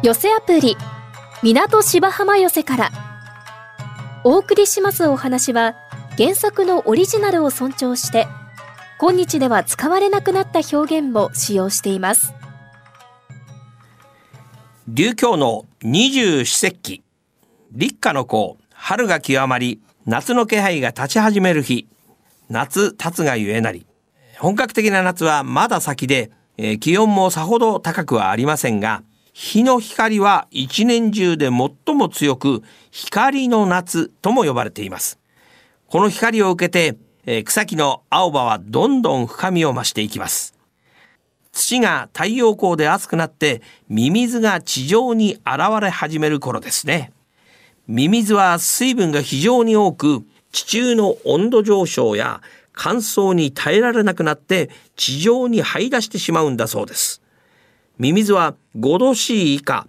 寄せアプリ港芝浜寄せからお送りしますお話は、原作のオリジナルを尊重して今日では使われなくなった表現も使用しています。 琉教の二十四節気、立夏の候、春が極まり夏の気配が立ち始める日、夏立つがゆえなり。本格的な夏はまだ先で、気温もさほど高くはありませんが、日の光は一年中で最も強く、光の夏とも呼ばれています。この光を受けて、草木の青葉はどんどん深みを増していきます。土が太陽光で熱くなってミミズが地上に現れ始める頃ですね。ミミズは水分が非常に多く、地中の温度上昇や乾燥に耐えられなくなって地上に這い出してしまうんだそうです。ミミズは5度 C 以下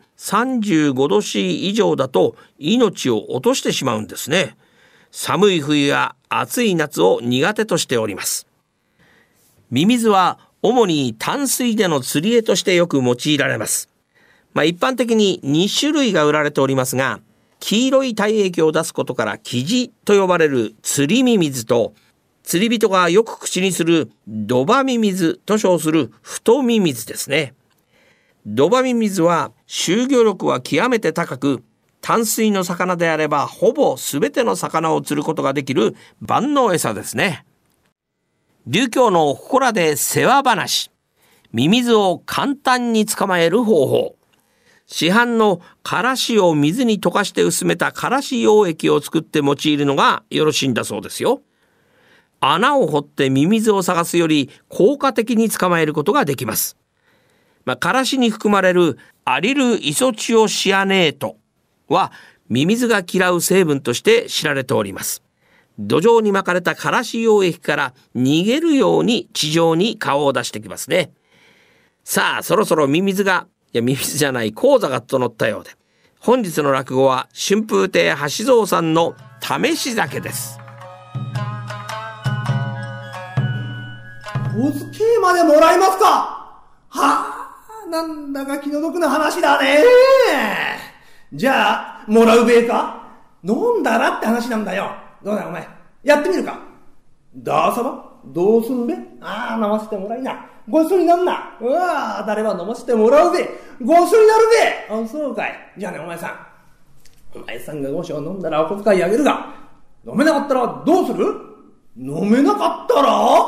35度 C 以上だと命を落としてしまうんですね。寒い冬や暑い夏を苦手としております。ミミズは主に淡水での釣り餌としてよく用いられます。一般的に2種類が売られておりますが、黄色い体液を出すことからキジと呼ばれる釣りミミズと、釣り人がよく口にするドバミミズと称する太ミミズですね。ドバミミズは集魚力は極めて高く、淡水の魚であればほぼ全ての魚を釣ることができる万能餌ですね。琉教のここらで世話話、ミミズを簡単に捕まえる方法。市販のからしを水に溶かして薄めたからし溶液を作って用いるのがよろしいんだそうですよ。穴を掘ってミミズを探すより効果的に捕まえることができます。からしに含まれるアリルイソチオシアネートはミミズが嫌う成分として知られております。土壌に巻かれたからし溶液から逃げるように地上に顔を出してきますね。さあ、そろそろミミズ講座が整ったようで、本日の落語は春風亭橋蔵さんの試し酒です。 お付けまでもらえますか。はあ、なんだか気の毒な話だね。じゃあもらうべえか。飲んだらって話なんだよ。どうだお前、やってみるか。だーさま、どうすんべ。ああ、飲ませてもらいな。ごちそうになんな。うわあ、誰は飲ませてもらうべ。ごちそうになるべ。あ、そうかい。じゃあね、お前さんが5升飲んだらお小遣いあげるが、飲めなかったらどうする。飲めなかった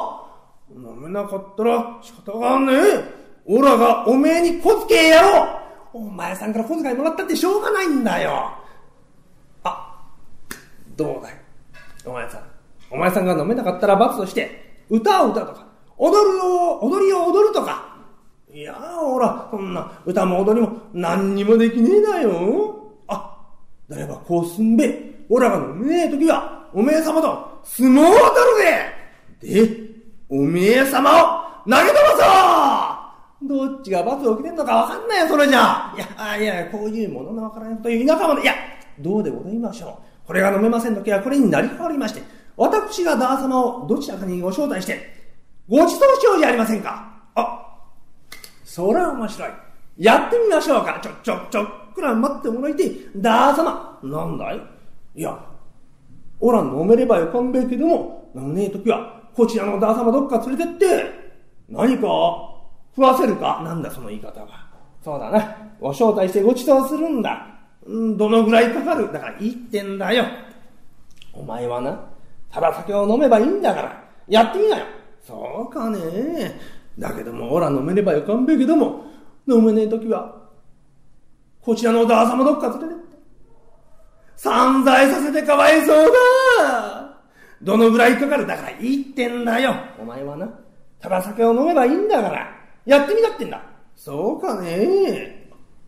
ら仕方がねえ。オラがおめえに小遣いやろう。お前さんから小遣いもらったってしょうがないんだよ。あ、どうだい。お前さんが飲めなかったら罰として歌を歌うとか踊りを踊るとか。いやー、ほら、そんな歌も踊りも何にもできねえだよ。あ、だればこうすんべ。オラが飲めねえときはおめえ様と相撲を取るぜ。で、おめえ様を投げ飛ばそう。どっちが罰を受けてんのかわかんないよ、それじゃ。いや、こういうもののわからないこという田舎者。いや、どうでございましょう。これが飲めませんときはこれになり変わりまして、私がダー様をどちらかにご招待してご馳走しようじゃありませんか。あ、それは面白い。やってみましょうか。ちょっくら待ってもらいて。ダー様、なんだい。いや、おら飲めればよかんべえけども、飲めねえときはこちらのダー様どっか連れてって何か食わせるか。なんだその言い方は。そうだな、ご招待してご馳走するんだ。どのぐらいかかる。だからいいってんだよ。お前はな、ただ酒を飲めばいいんだからやってみなよ。そうかね。だけどもオラ飲めればよかんべえけども、飲めねえときはこちらのダー様どっか連れてって散財させてかわいそうだ。どのぐらいかかる。だからいいってんだよ。お前はな、ただ酒を飲めばいいんだからやってみなってんだ。そうかね。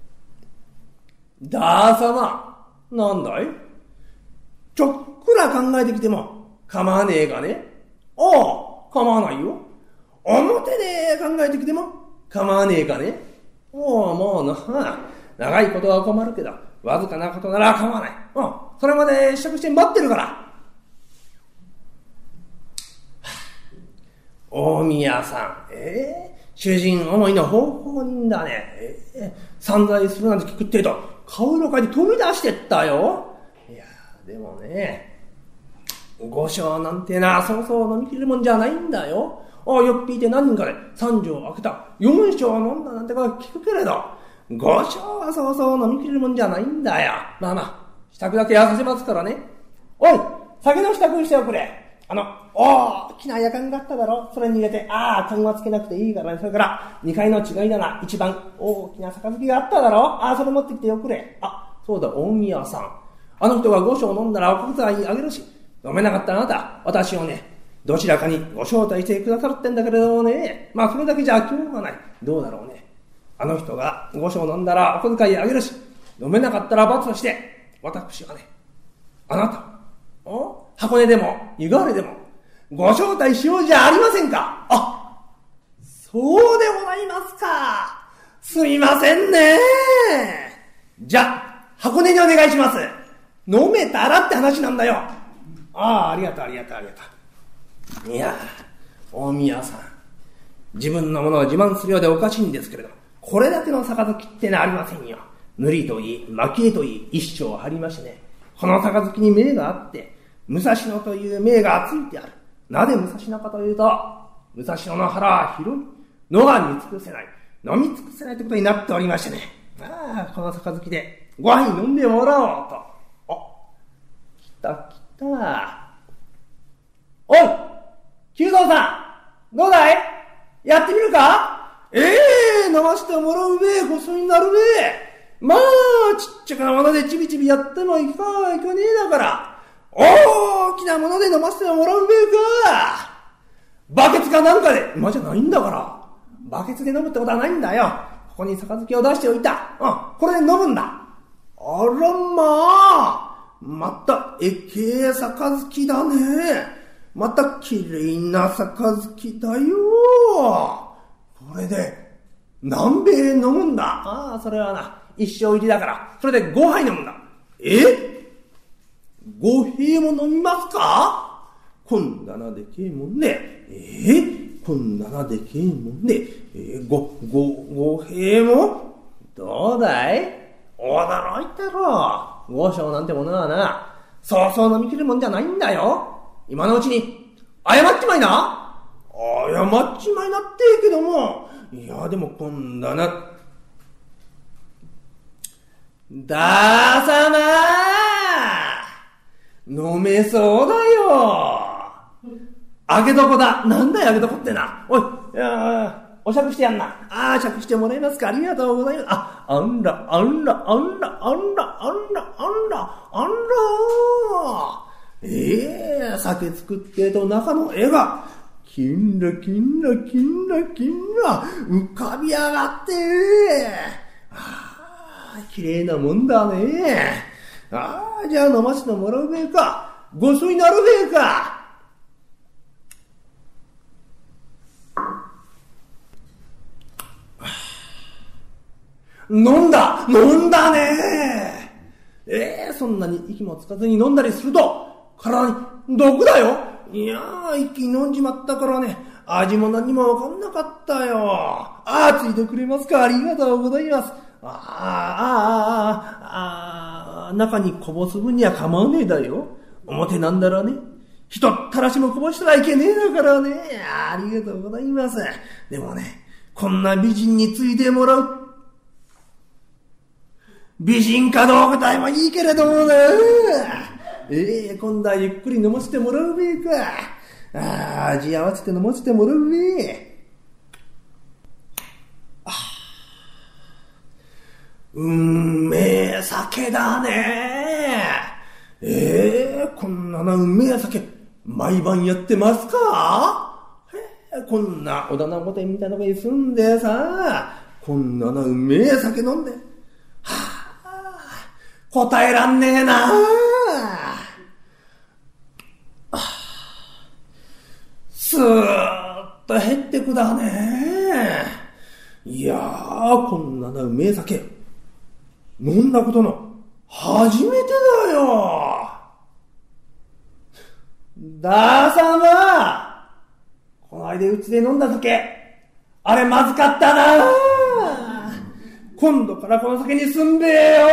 ダー様、なんだい。ちょっくら考えてきても構わねえかね。ああ、構わないよ。表で考えてきても構わねえかね。もうな、長いことは困るけどわずかなことなら構わない。それまで支度して待ってるから。大宮さん、主人思いの奉公人だね。 散財するなんて聞くってと、顔色変えて飛び出してったよ。いやでもね、5升なんてな、そうそう飲みきれるもんじゃないんだよ。よっぴいて何人かで3錠開けた、4升飲んだなんてこと聞くけれど、5升はそうそう飲みきれるもんじゃないんだよ。まあまあ、支度だけやらせますからね。おい、酒の支度しておくれ。大きな夜間があっただろ。それに入れて、缶はつけなくていいからね。それから、2階の違いだな。一番大きな杯があっただろ。それ持ってきておくれ。そうだ、大宮さん。あの人が5升飲んだらお小遣いあげるし、飲めなかったあなた、私をね、どちらかにご招待してくださるってんだけれどもね。まあ、それだけじゃ今日がない。どうだろうね。あの人が5升飲んだらお小遣いあげるし、飲めなかったら罰として、私がね、あなた、箱根でも湯河原でもご招待しようじゃありませんか。そうでございますか。すみませんね。じゃ箱根にお願いします。飲めたらって話なんだよ。ありがとう。いや、大宮さん、自分のものを自慢するようでおかしいんですけれども、これだけの杯ってのはありませんよ。塗りといい、蒔絵といい、一生張りましてね、この杯に銘があって、武蔵野という銘がついてある。なぜ武蔵野かというと、武蔵野の腹は広い。野が見尽くせない。飲み尽くせないということになっておりましてね。この杯でご飯飲んでもらおうと。来た。おい、久蔵さん、どうだい？やってみるか？飲ましてもらうべ、ごちそうになるべ。まあ、ちっちゃなものでちびちびやってもいかねえだから。大きなもので飲ませてもらうべか。バケツかなんかで、今じゃないんだから。バケツで飲むってことはないんだよ。ここに杯を出しておいた。これで飲むんだ。あらまたえけえ杯だね。またきれいな杯だよ。これで何杯飲むんだ。それはな、一升入りだから、それで5杯飲むんだ。5杯も飲みますか？こんななでけえもんで。こんななでけえもんで。5杯も？どうだい？驚いたろ。5升なんてものはな、そうそう飲みきるもんじゃないんだよ。今のうちに、謝っちまいなってえけども、いやでもこんなな、ださま飲めそうだよ。あげどこだ。なんだよあげどこってな。おい、お酌してやんな。酌してもらえますか。ありがとうございます。あんら。酒作ってと中の絵が、キンラ浮かび上がって。綺麗なもんだね。じゃあ飲ませてもらうべか。ごちそうになるべか。飲んだね。そんなに息もつかずに飲んだりすると体に毒だよ。いや息飲んじまったからね、味も何もわかんなかったよ。ついてくれますか。ありがとうございます。中にこぼす分には構わねえだよ。表なんだらね、ひとったらしもこぼしたらいけねえだからね。ありがとうございます。でもね、こんな美人についてもらう、美人かどうかだいもいいけれどもな。今度はゆっくり飲ませてもらうべか。味合わせて飲ませてもらうべ。めえ酒だね。こんなうめえ酒毎晩やってますか？こんなおだな御殿みたいなとこに住んでさ、こんなうめえ酒飲んで、答えらんねえな。スーッと減ってくだね。いやこんなうめえ酒飲んだことの初めてだよ。ださま、この間うちで飲んだ酒、あれまずかったな。 今度からこの酒にすんべえよ。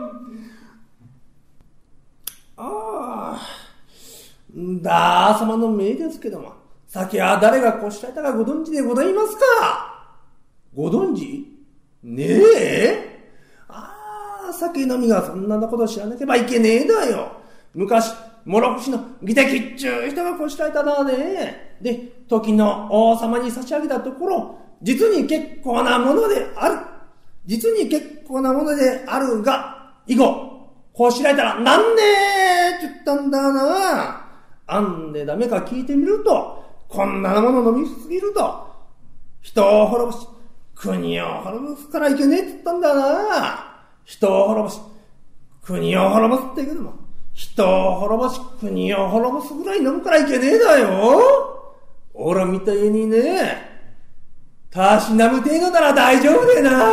だー様の命ですけども、酒は誰がこしらえたかご存知でございますか？ご存知？ねえ？酒飲みがそんなこと知らなければいけねえだよ。昔、諸口の義敵っちゅう人がこしらえただね。で、時の王様に差し上げたところ、実に結構なものである。実に結構なものであるが、以後、こしらえたらなんねえって言ったんだな。あんでダメか聞いてみると、こんなもの飲みすぎると、人を滅ぼし、国を滅ぼすからいけねえって言ったんだな。人を滅ぼし、国を滅ぼすって言うけども、人を滅ぼし、国を滅ぼすぐらい飲むからいけねえだよ。オラみたいにね、たしなむ程度なら大丈夫でな。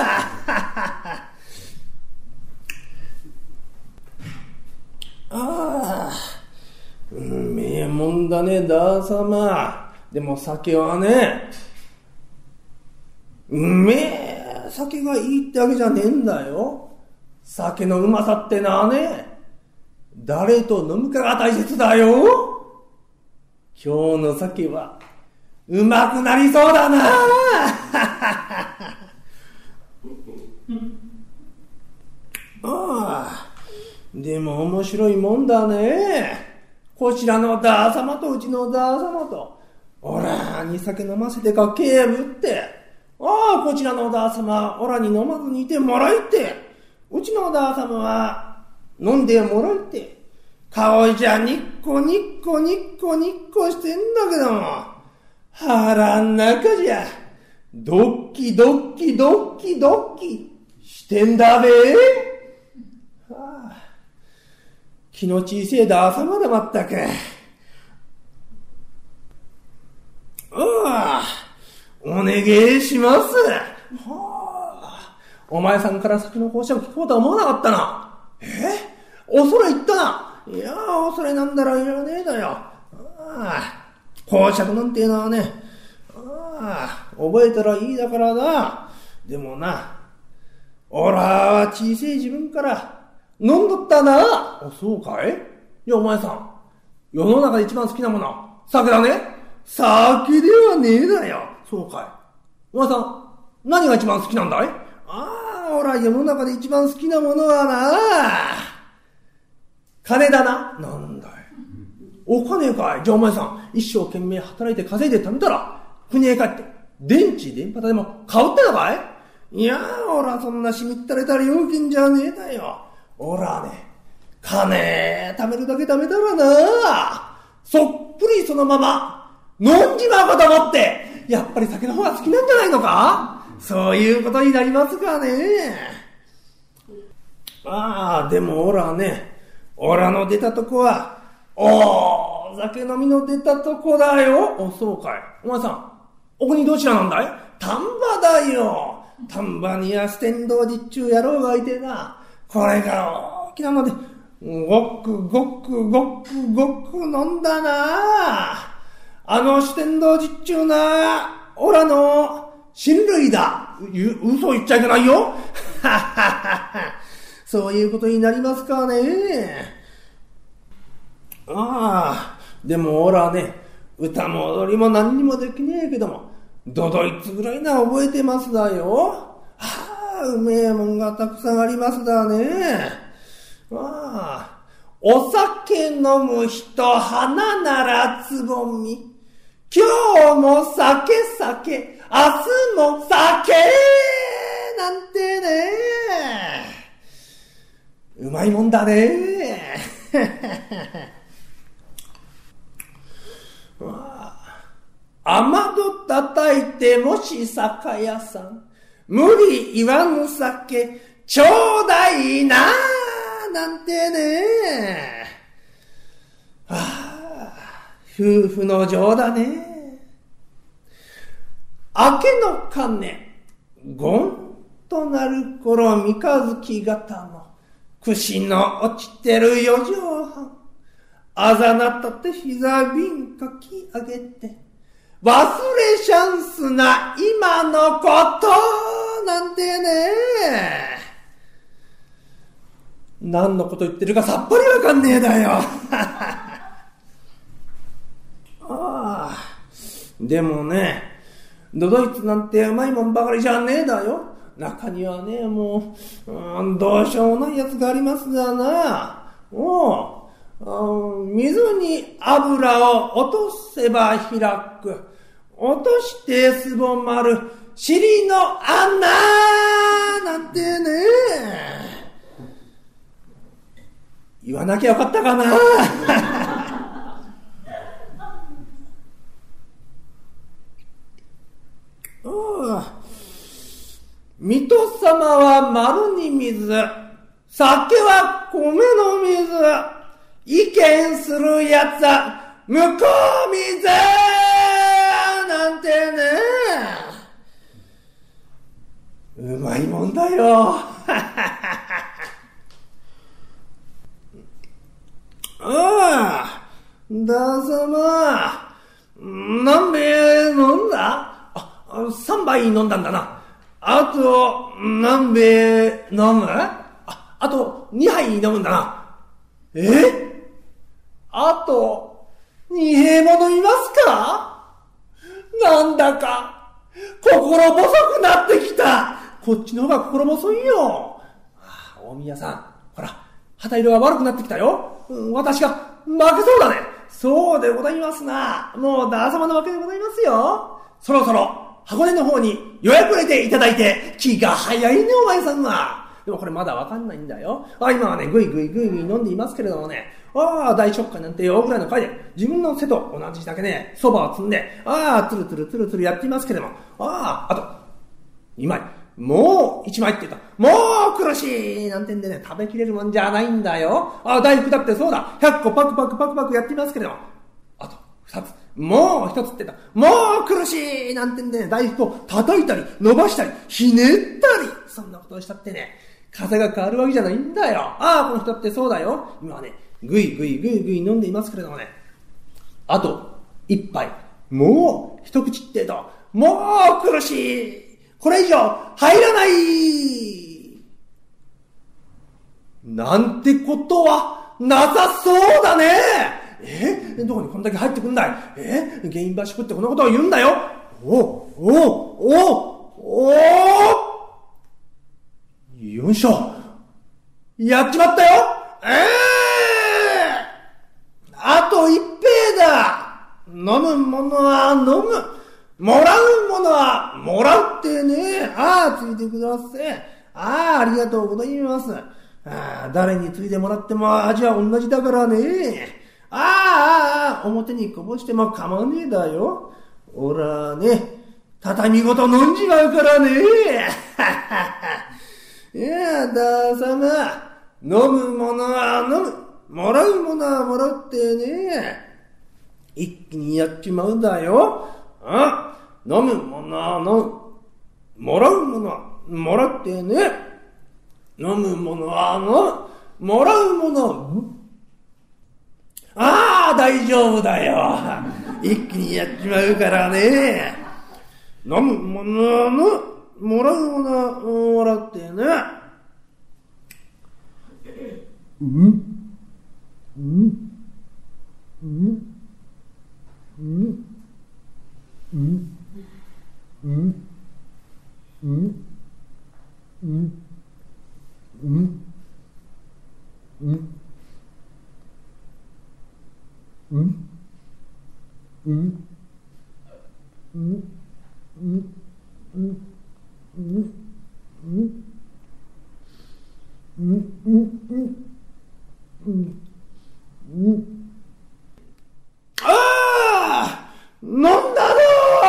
うめえもんだね、ダー様。でも酒はね、うめえ酒がいいってわけじゃねえんだよ。酒のうまさってのはね、誰と飲むかが大切だよ。今日の酒はうまくなりそうだな。でも面白いもんだね。こちらのダー様とうちのダー様と、オラに酒飲ませてか警部って、こちらのダー様、オラに飲まずにいてもらいって、うちのダー様は飲んでもらいって、顔じゃニッコニッコニッコニッコしてんだけども、腹ん中じゃ、ドッキドッキドッキドッキしてんだべ。気の小せえダー様だまったく。お願いします。お前さんから先の講師を聞こうとは思わなかったな。恐れ言ったな。いや恐れなんだろいらねえだよ。講釈なんていうのはね、覚えたらいいだからだ。でもな、オラは小せえ自分から飲んどったな。そうかい？いやお前さん、世の中で一番好きなもの、酒だね。酒ではねえだよ。そうかい。お前さん、何が一番好きなんだい？オラ世の中で一番好きなものはな、金だな。なんだい。お金かい。じゃあお前さん、一生懸命働いて稼いで貯めたら、国へ帰って、電池電波でも買うってのかい？いやオラそんなしみったれた料金じゃねえだよ。オラね、金貯めるだけ貯めたらな、そっくりそのまま飲んじまうかと思って、やっぱり酒の方が好きなんじゃないのか？そういうことになりますかね。でもオラね、オラの出たとこは酒飲みの出たとこだよ。そうかい。お前さん、お国どちらなんだい？丹波だよ。丹波には四天王寺っちゅう野郎がいてな、これが大きなので、ごくごくごくごく飲んだな。四天王寺っちゅうな、オラの親類だ。嘘言っちゃいけないよ。そういうことになりますかね。でもオラね、歌も踊りも何にもできねえけども、ドドイツぐらいな覚えてますだよ。うめえもんがたくさんありますだね。お酒飲む人花ならつぼみ、今日も酒酒、明日も酒なんてね、うまいもんだね。雨戸叩いてもし酒屋さん、無理言わぬ酒ちょうだいななんてね。夫婦の情だね。明けの鐘ゴンとなる頃、三日月型の串の落ちてる四畳半、あざなたて膝瓶かき上げて、忘れシャンスな今のことなんてね。何のこと言ってるかさっぱりわかんねえだよ。ああ、でもね、ドドイツなんてうまいもんばかりじゃねえだよ。中にはね、もう、どうしようもないやつがありますがな。水に油を落とせば開く。落としてすぼまる尻の穴なんてね。言わなきゃよかったかな。水戸様は丸に水、酒は米の水、意見するやつは向こう水なんてね。うまいもんだよ。旦様、何杯飲んだ？3杯飲んだんだな。あと、何杯飲む？あと、2杯飲むんだな。あと、2杯も飲みますか？なんだか、心細くなってきた。こっちの方が心細いよ。大宮さん、ほら、肌色が悪くなってきたよ。私が負けそうだね。そうでございますな。もう旦様のわけでございますよ。そろそろ箱根の方に予約入れていただいて、気が早いねお前さんは。でもこれまだわかんないんだよ。今はね、ぐいぐい飲んでいますけれどもね、大食会なんてよぐらいの回で自分の背と同じだけね、蕎麦を積んで、つるつるやっていますけれども、あと2枚、もう1枚って言うと、もう苦しいなんてんでね、食べきれるもんじゃないんだよ。大福だってそうだ、100個パクパクやっていますけれども、あと2つ、もう1つって言った、もう苦しいなんてんでね、大福を叩いたり伸ばしたりひねったり、そんなことをしたってね、風が変わるわけじゃないんだよ。この人ってそうだよ。今はね、ぐいぐい飲んでいますけれどもね、あと1杯、もう一口ってと、もう苦しい、これ以上入らないなんてことはなさそうだね。どこにこんだけ入ってくんだい。原因橋食ってこんなことを言うんだよ。よいしょ、やっちまったよ。あと一杯だ。飲むものは飲む、もらうものはもらうってね。ついてください。ありがとうございます。誰についてもらっても味は同じだからね。表にこぼしても構わねえだよ。おらね、畳ごと飲んじまうからね。旦様、飲むものは飲む、もらうものはもらうってね、一気にやっちまうんだよ。飲むものは飲む、もらうものはもらうってね、飲むものは飲む、もらうものは大丈夫だよ。一気にやっちまうからね。飲むものは飲む、もらうものはもらってね。飲んだろ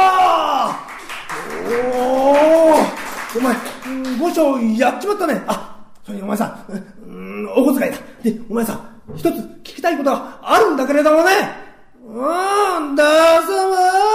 う。お前、5章やっちまったね。それにお前さん、お小遣いだ。で、お前さん、一つ聞きたいことがあるんだけれどもね。旦様、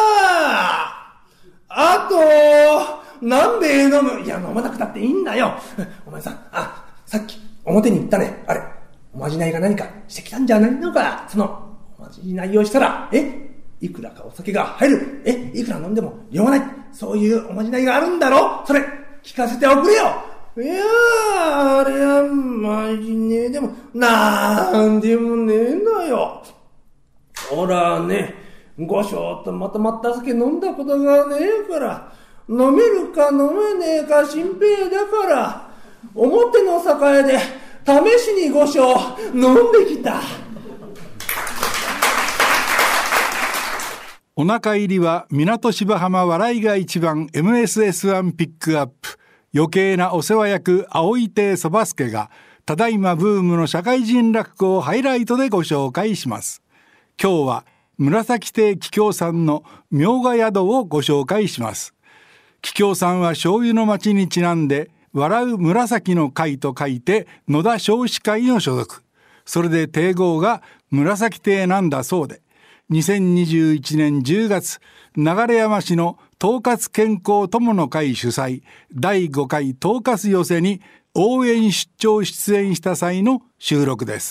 あと何杯飲む？いや、飲まなくたっていいんだよ。お前さん、さっき表に行ったね。あれ、おまじないが何かしてきたんじゃないのか。そのおまじないをしたら、いくらかお酒が入る。いくら飲んでも酔わない。そういうおまじないがあるんだろ。それ、 聞かせておくれよ。いやあれはまじねえでもなんでもねえんだよ。ほらね、ごしょっとまとまった酒飲んだことがねえから、飲めるか飲めねえか心配だから、表の酒屋で試しにごしょ飲んできた。 お腹入りは港芝浜笑いが一番 MSS1 ピックアップ。余計なお世話役青井亭そば助がただいまブームの社会人落語をハイライトでご紹介します。今日は紫亭桔梗さんの明賀宿をご紹介します。桔梗さんは醤油の町にちなんで笑う紫の会と書いて野田少子会の所属。それで亭号が紫亭なんだそうで、2021年10月流山市の統括健康友の会主催第5回統括寄せに応援出張出演した際の収録です。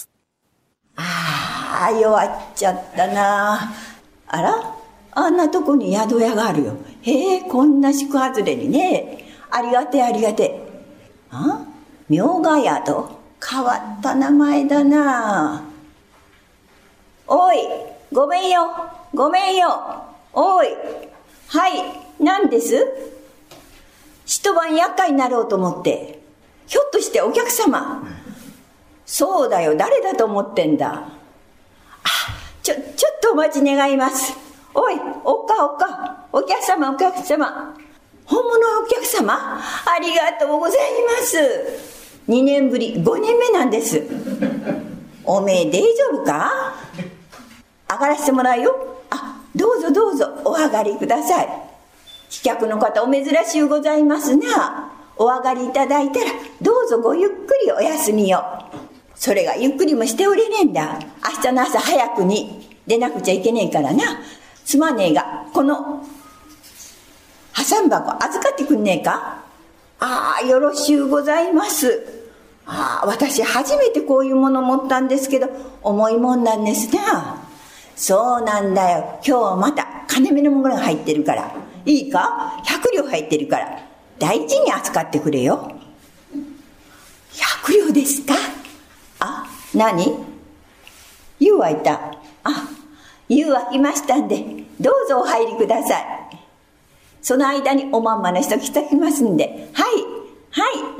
弱っちゃったな。あら、あんなとこに宿屋があるよ。へえ、こんな宿外れにね。ありがてありがて。明賀宿、変わった名前だな。おい、ごめんよ、ごめんよ。おい、はい、何です？一晩厄介になろうと思って。ひょっとしてお客様？そうだよ、誰だと思ってんだ。ちょっとお待ち願います。おい、おか、お客様、お客様。本物のお客様？ありがとうございます。2年ぶり、5年目なんです。おめえ大丈夫か？上がらせてもらうよ。どうぞどうぞお上がりください。飛脚の方お珍しゅうございますな。お上がりいただいたらどうぞごゆっくりお休みを。それがゆっくりもしておれねえんだ。明日の朝早くに出なくちゃいけねえからな。すまねえがこの破産箱預かってくんねえか？よろしゅうございます。私初めてこういうもの持ったんですけど重いもんなんですな。そうなんだよ。今日はまた金目のものが入ってるから。いいか？100両入ってるから大事に扱ってくれよ。100両ですか？何？湯はいた。湯は来ましたんでどうぞお入りください。その間におまんまの人来てきますんで。はい、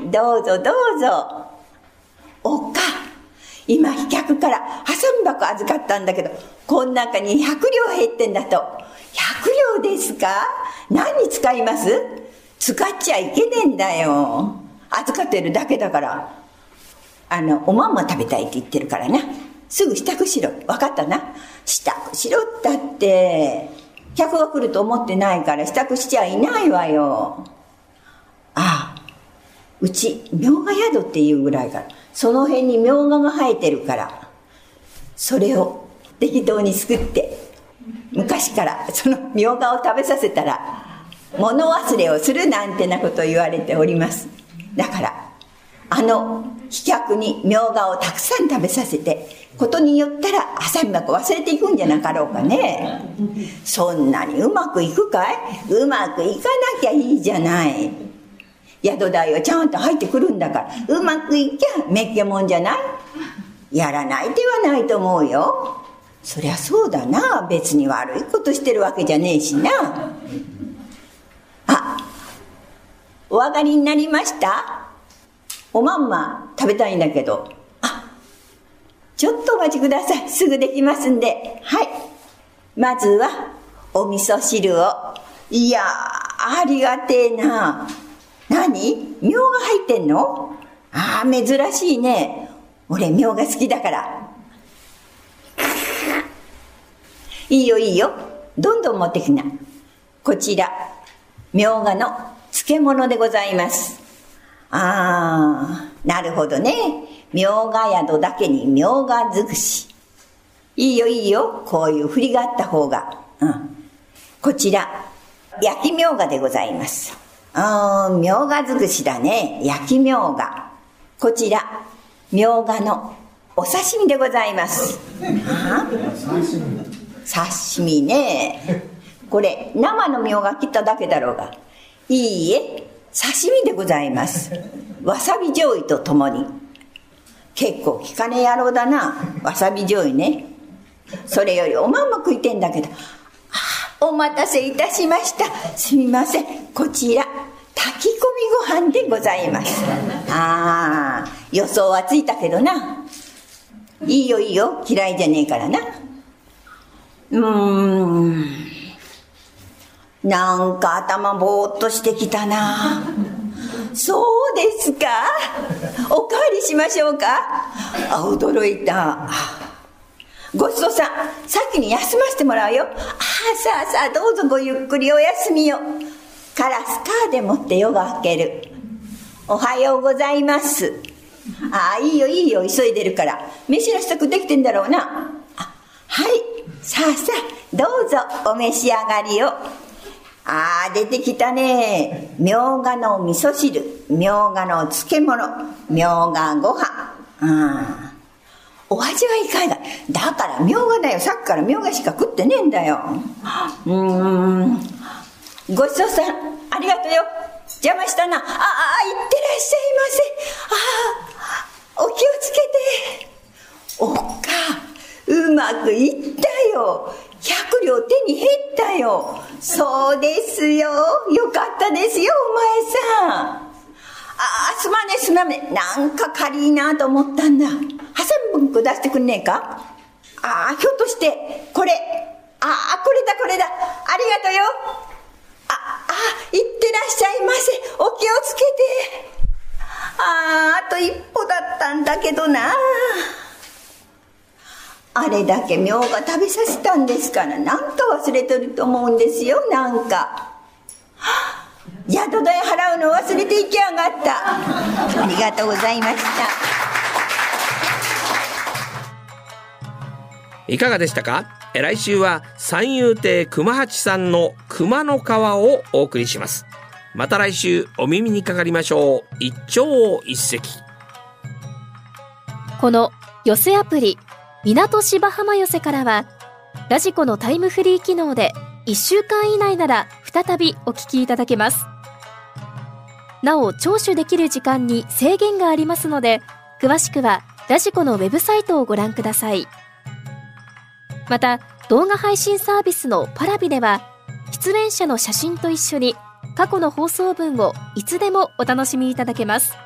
どうぞどうぞ。おか、今飛脚から破産箱預かったんだけど、こん中に100両入ってんだと。100両ですか？何に使います？使っちゃいけねえんだよ。預かってるだけだから。おまんま食べたいって言ってるからな。すぐ支度しろ。分かったな。支度しろったって客が来ると思ってないから支度しちゃいないわよ。うち明賀宿っていうぐらいから、その辺に明賀が生えてるから、それを適当に作って昔からその明賀を食べさせたら物忘れをするなんてなことを言われております。だから飛脚に明賀をたくさん食べさせてことによったら破産箱忘れていくんじゃなかろうかね。そんなにうまくいくかい？うまくいかなきゃいいじゃない。宿代はちゃんと入ってくるんだから、うまくいきゃめっけもんじゃない？やらない手はないと思うよ。そりゃそうだな。別に悪いことしてるわけじゃねえしな。お上がりになりました？おまんま食べたいんだけど。ちょっとお待ちください。すぐできますんで。はい。まずはお味噌汁を。いやありがてえな。何？みょうが入ってんの？珍しいね。俺みょうが好きだから。いいよいいよ。どんどん持ってきな。こちらみょうがの漬物でございます。なるほどね。明賀宿だけに明賀尽くし。いいよいいよ。こういう振りがあった方が。こちら焼き明賀でございます。明賀尽くしだね。焼き明賀。こちら明賀のお刺身でございます。刺身ね。これ生の明賀切っただけだろうが。いいえ、 刺身でございます。わさび醤油とともに。結構効かねえ野郎だな、わさび醤油ね。それよりおまんま食いてんだけど、お待たせいたしました。すみません、こちら炊き込みご飯でございます。予想はついたけどな。いいよいいよ、嫌いじゃねえからな。なんか頭ぼーっとしてきたな。そうですか。おかわりしましょうか。驚いた。ごちそうさん、先に休ませてもらうよ。さあどうぞごゆっくりお休みを。カラスカーでもって夜が明ける。おはようございます。いいよ、急いでるから。飯の支度できてんだろうな。はい、さあどうぞお召し上がりを。出てきたね。みょうがの味噌汁、みょうがの漬物、みょうがご飯。お味はいかが。だからみょうがだよ。さっきからみょうがしか食ってねえんだよ。ごちそうさんありがとうよ。邪魔したな。いってらっしゃいませ。お気をつけて。おっか、うまくいったよ。100両手に減ったよ。そうですよ。よかったですよ、お前さん。すまね。なんか軽いなと思ったんだ。ハサミ文句出してくんねえか。ひょっとしてこれ。これだ。ありがとうよ。いってらっしゃいませ。お気をつけて。あと一歩だったんだけどな。あれだけみょうが食べさせたんですから、なんか忘れとると思うんですよ。なんか宿代払うの忘れていきやがった。ありがとうございました。 いかがでしたか。来週は三遊亭熊八さんの熊の皮をお送りします。また来週お耳にかかりましょう。一朝一夕。 この寄せアプリ港芝浜寄せからは、ラジコのタイムフリー機能で1週間以内なら再びお聞きいただけます。なお聴取できる時間に制限がありますので、詳しくはラジコのウェブサイトをご覧ください。また動画配信サービスのパラビでは、出演者の写真と一緒に過去の放送分をいつでもお楽しみいただけます。